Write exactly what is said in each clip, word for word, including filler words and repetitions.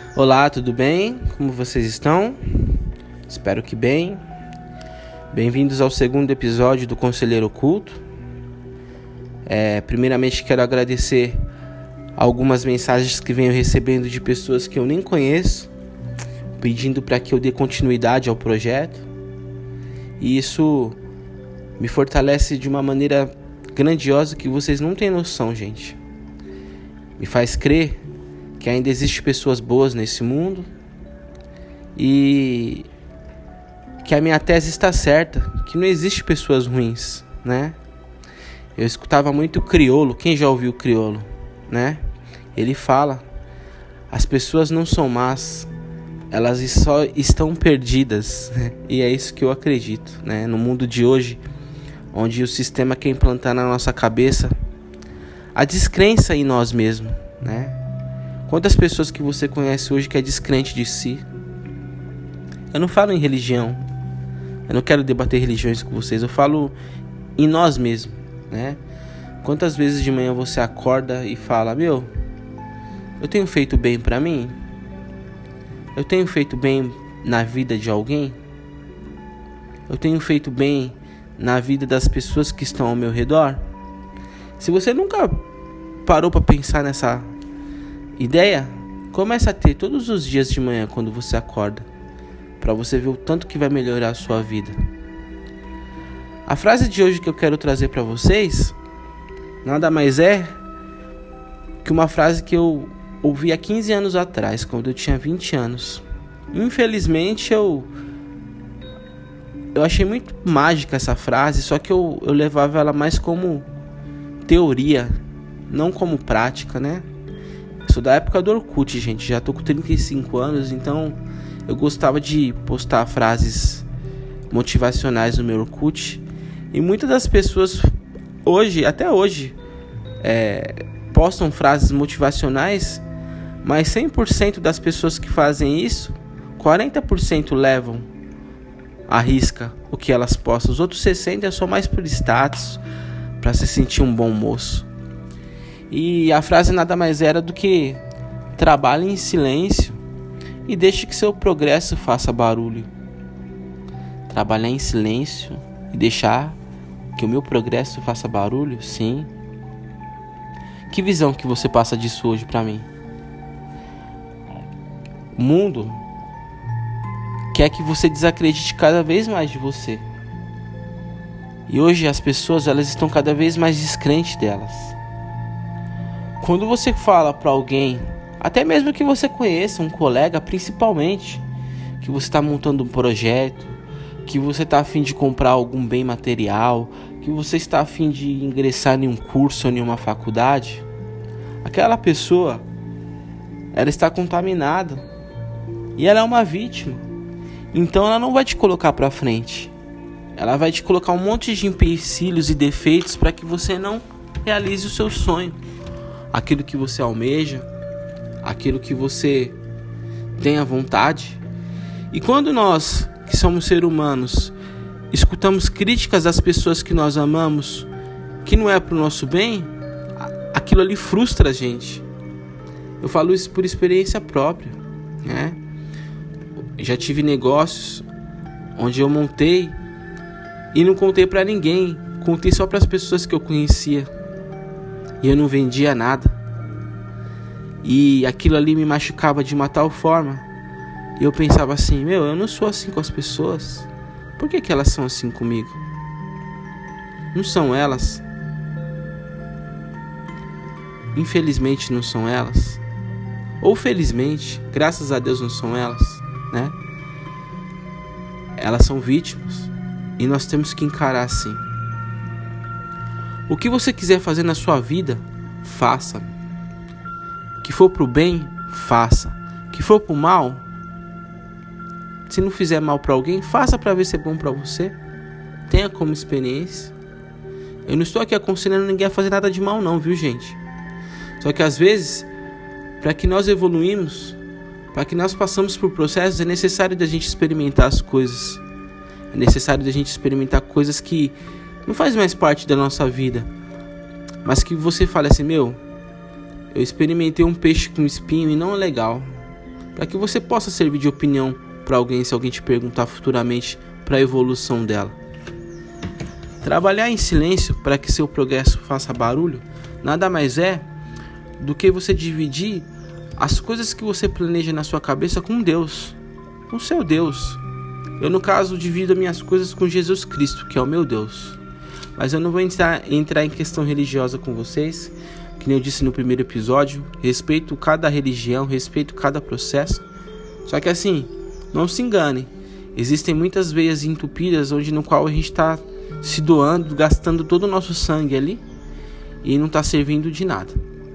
Olá, tudo bem? Como vocês estão? Espero que bem. Bem-vindos ao segundo episódio do Conselheiro Oculto. É, primeiramente quero agradecer algumas mensagens que venho recebendo de pessoas que eu nem conheço, pedindo para que eu dê continuidade ao projeto. E isso me fortalece de uma maneira grandiosa que vocês não têm noção, gente. Me faz crer que ainda existem pessoas boas nesse mundo e que a minha tese está certa, que não existe pessoas ruins, né? Eu escutava muito Criolo. Quem já ouviu Criolo, né? Ele fala: as pessoas não são más, elas só estão perdidas, né? E é isso que eu acredito, né? No mundo de hoje, onde o sistema quer implantar na nossa cabeça a descrença em nós mesmos, né? Quantas pessoas que você conhece hoje que é descrente de si? Eu não falo em religião, eu não quero debater religiões com vocês, eu falo em nós mesmos, né? Quantas vezes de manhã você acorda e fala: meu, eu tenho feito bem pra mim? Eu tenho feito bem na vida de alguém? Eu tenho feito bem na vida das pessoas que estão ao meu redor? Se você nunca parou pra pensar nessa ideia, começa a ter todos os dias de manhã quando você acorda, para você ver o tanto que vai melhorar a sua vida. A frase de hoje que eu quero trazer para vocês nada mais é que uma frase que eu ouvi há quinze anos atrás, quando eu tinha vinte anos. Infelizmente eu eu achei muito mágica essa frase, só que eu, eu levava ela mais como teoria, não como prática, né? Sou da época do Orkut, gente. Já tô com trinta e cinco anos, então eu gostava de postar frases motivacionais no meu Orkut. E muitas das pessoas hoje, até hoje, é, postam frases motivacionais, mas cem por cento das pessoas que fazem isso, quarenta por cento levam à risca o que elas postam. Os outros sessenta por cento é só mais por status, para se sentir um bom moço. E a frase nada mais era do que: trabalhe em silêncio e deixe que seu progresso faça barulho. Trabalhar em silêncio e deixar que o meu progresso faça barulho? Sim. Que visão que você passa disso hoje pra mim? O mundo quer que você desacredite cada vez mais de você. E hoje as pessoas, elas estão cada vez mais descrentes delas. Quando você fala para alguém, até mesmo que você conheça, um colega principalmente, que você está montando um projeto, que você está a fim de comprar algum bem material, que você está a fim de ingressar em um curso ou em uma faculdade, aquela pessoa, ela está contaminada e ela é uma vítima. Então ela não vai te colocar para frente. Ela vai te colocar um monte de empecilhos e defeitos para que você não realize o seu sonho. Aquilo que você almeja, aquilo que você tem à vontade. E quando nós, que somos seres humanos, escutamos críticas das pessoas que nós amamos, que não é para o nosso bem, aquilo ali frustra a gente. Eu falo isso por experiência própria, né? Já tive negócios onde eu montei e não contei para ninguém, contei só para as pessoas que eu conhecia. E eu não vendia nada. E aquilo ali me machucava de uma tal forma. E eu pensava assim: meu, eu não sou assim com as pessoas. Por que que elas são assim comigo? Não são elas. Infelizmente não são elas. Ou felizmente, graças a Deus não são elas, né? Elas são vítimas. E nós temos que encarar assim. O que você quiser fazer na sua vida, faça. O que for pro bem, faça. O que for pro mal, se não fizer mal pra alguém, faça pra ver se é bom pra você. Tenha como experiência. Eu não estou aqui aconselhando ninguém a fazer nada de mal não, viu, gente? Só que às vezes, para que nós evoluímos, para que nós passamos por processos, é necessário da gente experimentar as coisas. É necessário da gente experimentar coisas que não faz mais parte da nossa vida, mas que você fale assim: meu, eu experimentei um peixe com espinho e não é legal. para que você possa servir de opinião para alguém se alguém te perguntar futuramente para a evolução dela. Trabalhar em silêncio para que seu progresso faça barulho nada mais é do que você dividir as coisas que você planeja na sua cabeça com Deus, com seu Deus. Eu, no caso, divido as minhas coisas com Jesus Cristo, que é o meu Deus. Mas eu não vou entrar, entrar em questão religiosa com vocês, que nem eu disse no primeiro episódio. Respeito cada religião, respeito cada processo. Só que assim, não se engane, existem muitas veias entupidas onde no qual a gente está se doando, gastando todo o nosso sangue ali e não está servindo de nada.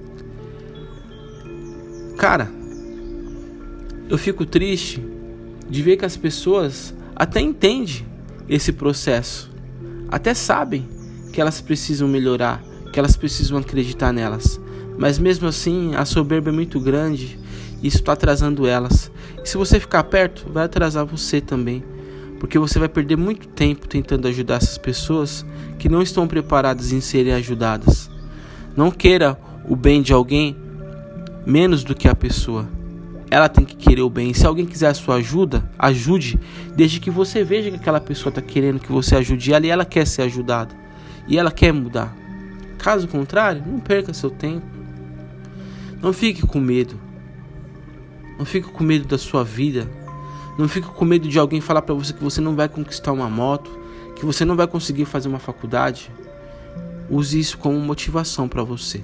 Cara, eu fico triste de ver que as pessoas até entendem esse processo, até sabem que elas precisam melhorar, que elas precisam acreditar nelas, mas mesmo assim a soberba é muito grande e isso está atrasando elas. E se você ficar perto, vai atrasar você também, porque você vai perder muito tempo tentando ajudar essas pessoas que não estão preparadas em serem ajudadas. Não queira o bem de alguém menos do que a pessoa. Ela tem que querer o bem. Se alguém quiser a sua ajuda, ajude, desde que você veja que aquela pessoa está querendo que você ajude ela e ela quer ser ajudada e ela quer mudar. Caso contrário, não perca seu tempo. Não fique com medo. Não fique com medo da sua vida. Não fique com medo de alguém falar para você que você não vai conquistar uma moto, que você não vai conseguir fazer uma faculdade. Use isso como motivação para você.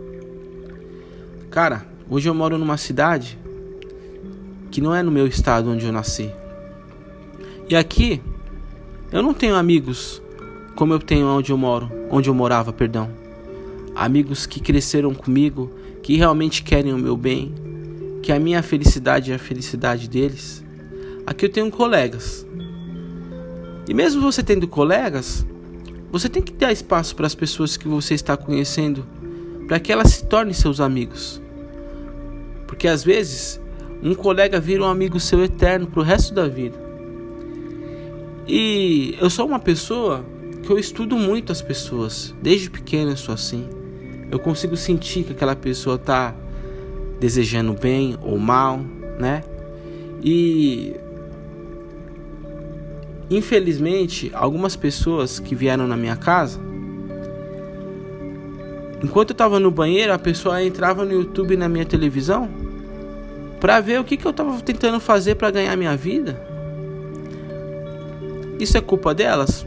Cara, hoje eu moro numa cidade que não é no meu estado onde eu nasci. E aqui eu não tenho amigos como eu tenho onde eu moro, onde eu morava, perdão. Amigos que cresceram comigo, que realmente querem o meu bem, que a minha felicidade é a felicidade deles. Aqui eu tenho colegas. E mesmo você tendo colegas, você tem que dar espaço para as pessoas que você está conhecendo, para que elas se tornem seus amigos. Porque às vezes um colega vira um amigo seu eterno para o resto da vida. E eu sou uma pessoa que eu estudo muito as pessoas. Desde pequeno eu sou assim. Eu consigo sentir que aquela pessoa está desejando bem ou mal, né? E infelizmente algumas pessoas que vieram na minha casa, enquanto eu estava no banheiro, a pessoa entrava no YouTube e na minha televisão para ver o que, que eu estava tentando fazer para ganhar minha vida. Isso é culpa delas?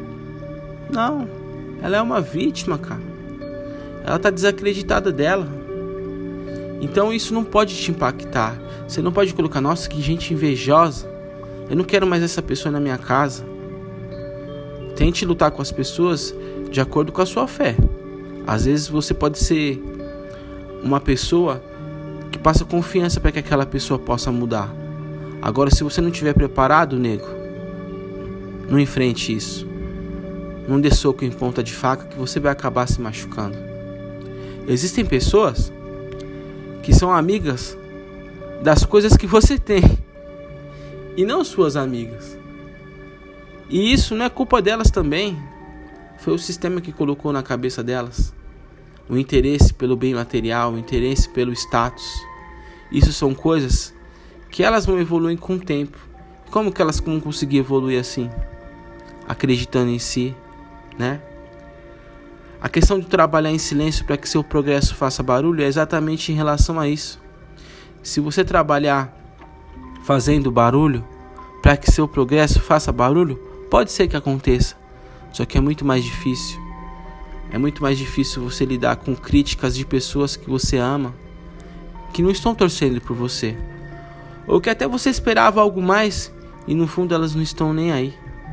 Não. Ela é uma vítima, cara. Ela está desacreditada dela. Então isso não pode te impactar. Você não pode colocar, nossa, que gente invejosa. Eu não quero mais essa pessoa na minha casa. Tente lutar com as pessoas de acordo com a sua fé. Às vezes você pode ser uma pessoa que passa confiança para que aquela pessoa possa mudar. Agora, se você não estiver preparado, nego, não enfrente isso. Não dê soco em ponta de faca que você vai acabar se machucando. Existem pessoas que são amigas das coisas que você tem e não suas amigas. E isso não é culpa delas também. Foi o sistema que colocou na cabeça delas o interesse pelo bem material, o interesse pelo status. Isso são coisas que elas vão evoluir com o tempo. Como que elas vão conseguir evoluir assim? Acreditando em si, né? A questão de trabalhar em silêncio para que seu progresso faça barulho é exatamente em relação a isso. Se você trabalhar fazendo barulho para que seu progresso faça barulho, pode ser que aconteça. Só que é muito mais difícil. É muito mais difícil você lidar com críticas de pessoas que você ama, que não estão torcendo por você, ou que até você esperava algo mais e no fundo elas não estão nem aí.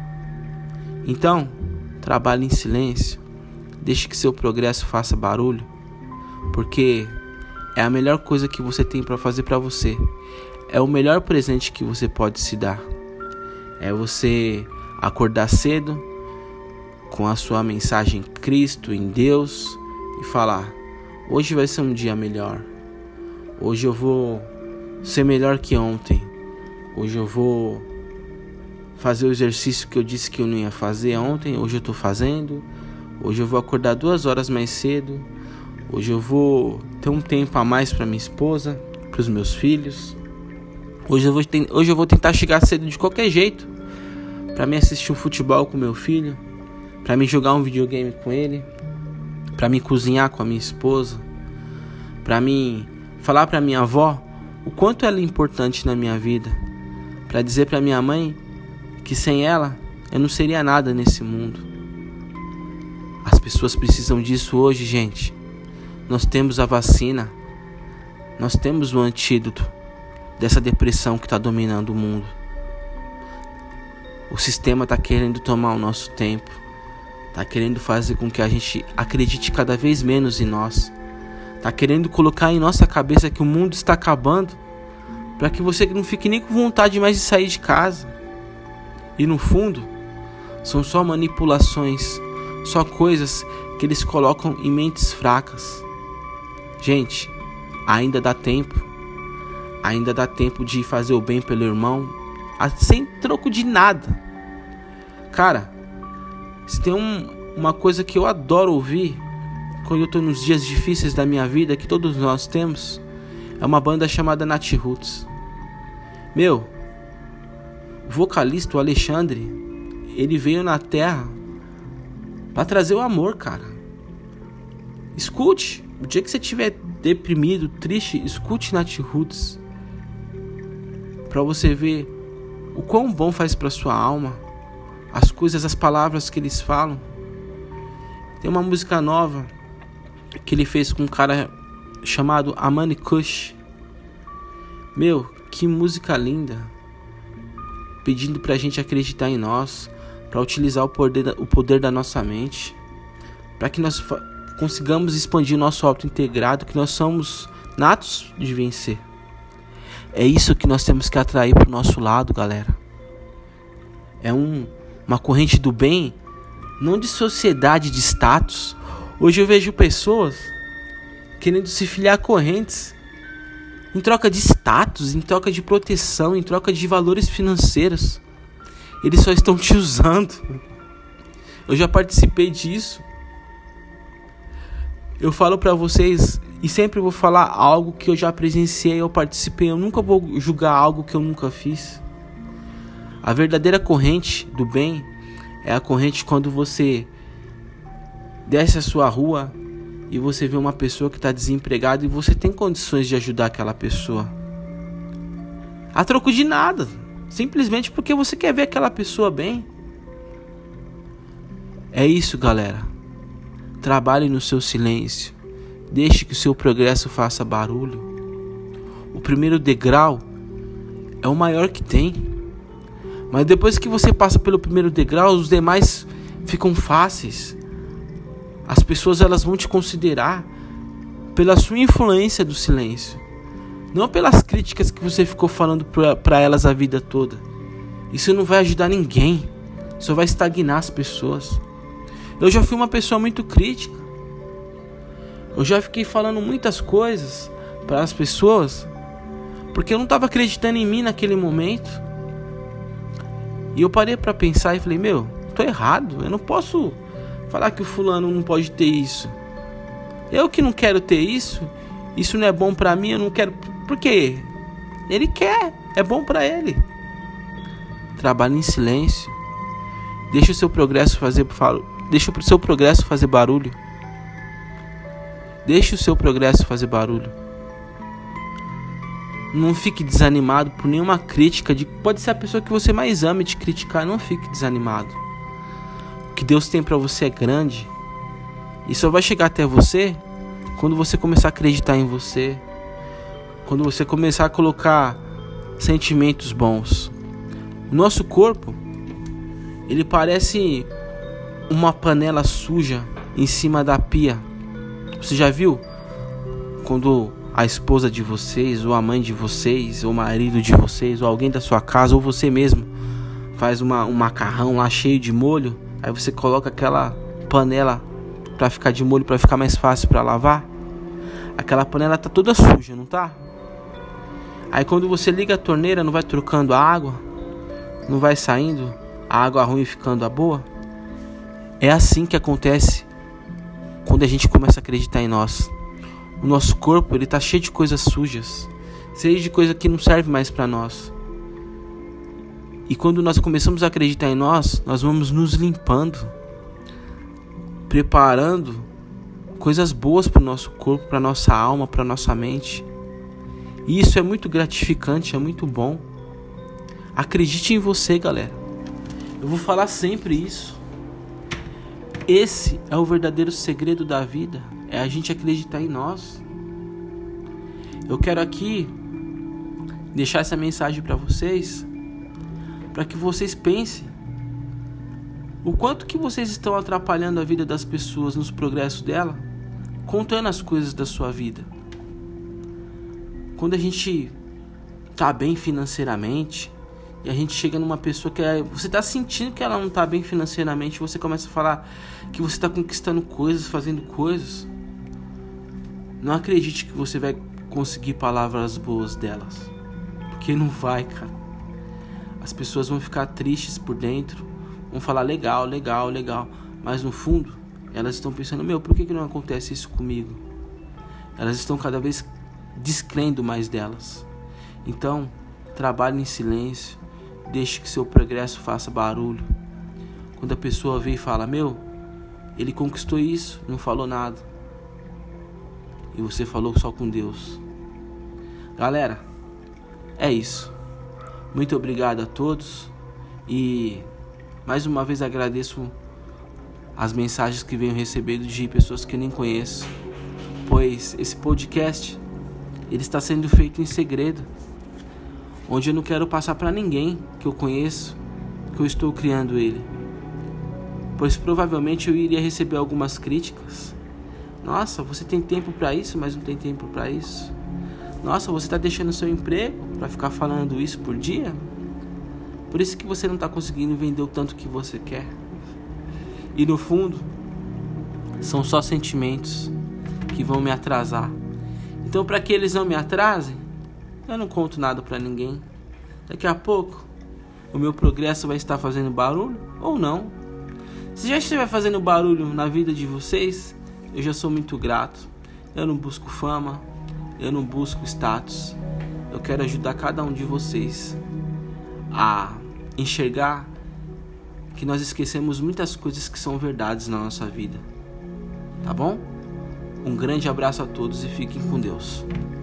Então, trabalhe em silêncio, deixe que seu progresso faça barulho, porque é a melhor coisa que você tem para fazer para você. É o melhor presente que você pode se dar. É você acordar cedo com a sua mensagem Cristo em Deus e falar: hoje vai ser um dia melhor. Hoje eu vou ser melhor que ontem. Hoje eu vou fazer o exercício que eu disse que eu não ia fazer ontem. Hoje eu estou fazendo. Hoje eu vou acordar duas horas mais cedo. Hoje eu vou ter um tempo a mais para minha esposa, para os meus filhos. Hoje eu vou, hoje eu vou tentar chegar cedo de qualquer jeito, pra mim assistir um futebol com meu filho, pra mim jogar um videogame com ele, pra mim cozinhar com a minha esposa, pra mim falar pra minha avó o quanto ela é importante na minha vida, pra dizer pra minha mãe que sem ela eu não seria nada nesse mundo. As pessoas precisam disso hoje, gente. Nós temos a vacina, nós temos o antídoto dessa depressão que está dominando o mundo. O sistema está querendo tomar o nosso tempo, está querendo fazer com que a gente acredite cada vez menos em nós, está querendo colocar em nossa cabeça que o mundo está acabando, para que você não fique nem com vontade mais de sair de casa. E no fundo, são só manipulações, só coisas que eles colocam em mentes fracas. Gente, ainda dá tempo. Ainda dá tempo de fazer o bem pelo irmão, sem troco de nada. Cara, se tem um, uma coisa que eu adoro ouvir quando eu tô nos dias difíceis da minha vida, que todos nós temos, é uma banda chamada Nat Roots. Meu, o vocalista, o Alexandre, ele veio na Terra pra trazer o amor, cara. Escute, o dia que você estiver deprimido, triste, escute Nat Roots, para você ver o quão bom faz para sua alma, as coisas, as palavras que eles falam. Tem uma música nova que ele fez com um cara chamado Amani Kush. Meu, que música linda, pedindo pra gente acreditar em nós, para utilizar o poder, o poder da nossa mente, para que nós fa- consigamos expandir o nosso auto-integrado, que nós somos natos de vencer. É isso que nós temos que atrair para o nosso lado, galera. É um, uma corrente do bem, não de sociedade, de status. Hoje eu vejo pessoas querendo se filiar a correntes em troca de status, em troca de proteção, em troca de valores financeiros. Eles só estão te usando. Eu já participei disso. Eu falo pra vocês, e sempre vou falar algo que eu já presenciei, eu participei. Eu nunca vou julgar algo que eu nunca fiz. A verdadeira corrente do bem é a corrente quando você desce a sua rua e você vê uma pessoa que está desempregada e você tem condições de ajudar aquela pessoa. A troco de nada. Simplesmente porque você quer ver aquela pessoa bem. É isso, galera. Trabalhe no seu silêncio. Deixe que o seu progresso faça barulho. O primeiro degrau é o maior que tem. Mas depois que você passa pelo primeiro degrau, os demais ficam fáceis. As pessoas, elas vão te considerar pela sua influência do silêncio, não pelas críticas que você ficou falando para elas a vida toda. Isso não vai ajudar ninguém, só vai estagnar as pessoas. Eu já fui uma pessoa muito crítica. Eu já fiquei falando muitas coisas para as pessoas porque eu não estava acreditando em mim naquele momento. E eu parei para pensar e falei, meu, tô errado. Eu não posso falar que o fulano não pode ter isso. Eu que não quero ter isso. Isso não é bom para mim, eu não quero. Por quê? Ele quer, é bom para ele. Trabalhe em silêncio. Deixa o seu progresso fazer Deixa o seu progresso fazer barulho. Deixe o seu progresso fazer barulho. Não fique desanimado por nenhuma crítica. De... Pode ser a pessoa que você mais ama te criticar. Não fique desanimado. O que Deus tem para você é grande. E só vai chegar até você quando você começar a acreditar em você. Quando você começar a colocar sentimentos bons. O nosso corpo, ele parece uma panela suja em cima da pia. Você já viu quando a esposa de vocês, ou a mãe de vocês, ou o marido de vocês, ou alguém da sua casa, ou você mesmo faz uma, um macarrão lá cheio de molho, aí você coloca aquela panela para ficar de molho, para ficar mais fácil para lavar? Aquela panela tá toda suja, não tá? Aí quando você liga a torneira, não vai trocando a água? Não vai saindo a água ruim ficando a boa? É assim que acontece quando a gente começa a acreditar em nós. O nosso corpo, ele tá cheio de coisas sujas, cheio de coisa que não serve mais para nós. E quando nós começamos a acreditar em nós, nós vamos nos limpando, preparando coisas boas para o nosso corpo, para nossa alma, para nossa mente. E isso é muito gratificante, é muito bom. Acredite em você, galera. Eu vou falar sempre isso. Esse é o verdadeiro segredo da vida, é a gente acreditar em nós. Eu quero aqui deixar essa mensagem para vocês, para que vocês pensem o quanto que vocês estão atrapalhando a vida das pessoas nos progressos dela, contando as coisas da sua vida. Quando a gente tá bem financeiramente e a gente chega numa pessoa que é, você tá sentindo que ela não tá bem financeiramente, você começa a falar que você tá conquistando coisas, fazendo coisas. Não acredite que você vai conseguir palavras boas delas, porque não vai, cara. As pessoas vão ficar tristes por dentro, vão falar legal, legal, legal, mas no fundo elas estão pensando, meu, por que que não acontece isso comigo? Elas estão cada vez descrendo mais delas. Então, trabalhe em silêncio, deixe que seu progresso faça barulho. Quando a pessoa vem e fala, meu, ele conquistou isso, não falou nada, e você falou só com Deus. Galera, é isso. Muito obrigado a todos. E mais uma vez agradeço as mensagens que venho recebendo de pessoas que eu nem conheço, pois esse podcast ele está sendo feito em segredo, onde eu não quero passar para ninguém que eu conheço que eu estou criando ele, pois provavelmente eu iria receber algumas críticas. Nossa, você tem tempo para isso, mas não tem tempo para isso. Nossa, você está deixando seu emprego para ficar falando isso por dia? Por isso que você não está conseguindo vender o tanto que você quer. E no fundo, são só sentimentos que vão me atrasar. Então, para que eles não me atrasem, eu não conto nada para ninguém. Daqui a pouco, o meu progresso vai estar fazendo barulho ou não. Se já estiver fazendo barulho na vida de vocês, eu já sou muito grato. Eu não busco fama, eu não busco status. Eu quero ajudar cada um de vocês a enxergar que nós esquecemos muitas coisas que são verdades na nossa vida. Tá bom? Um grande abraço a todos e fiquem com Deus.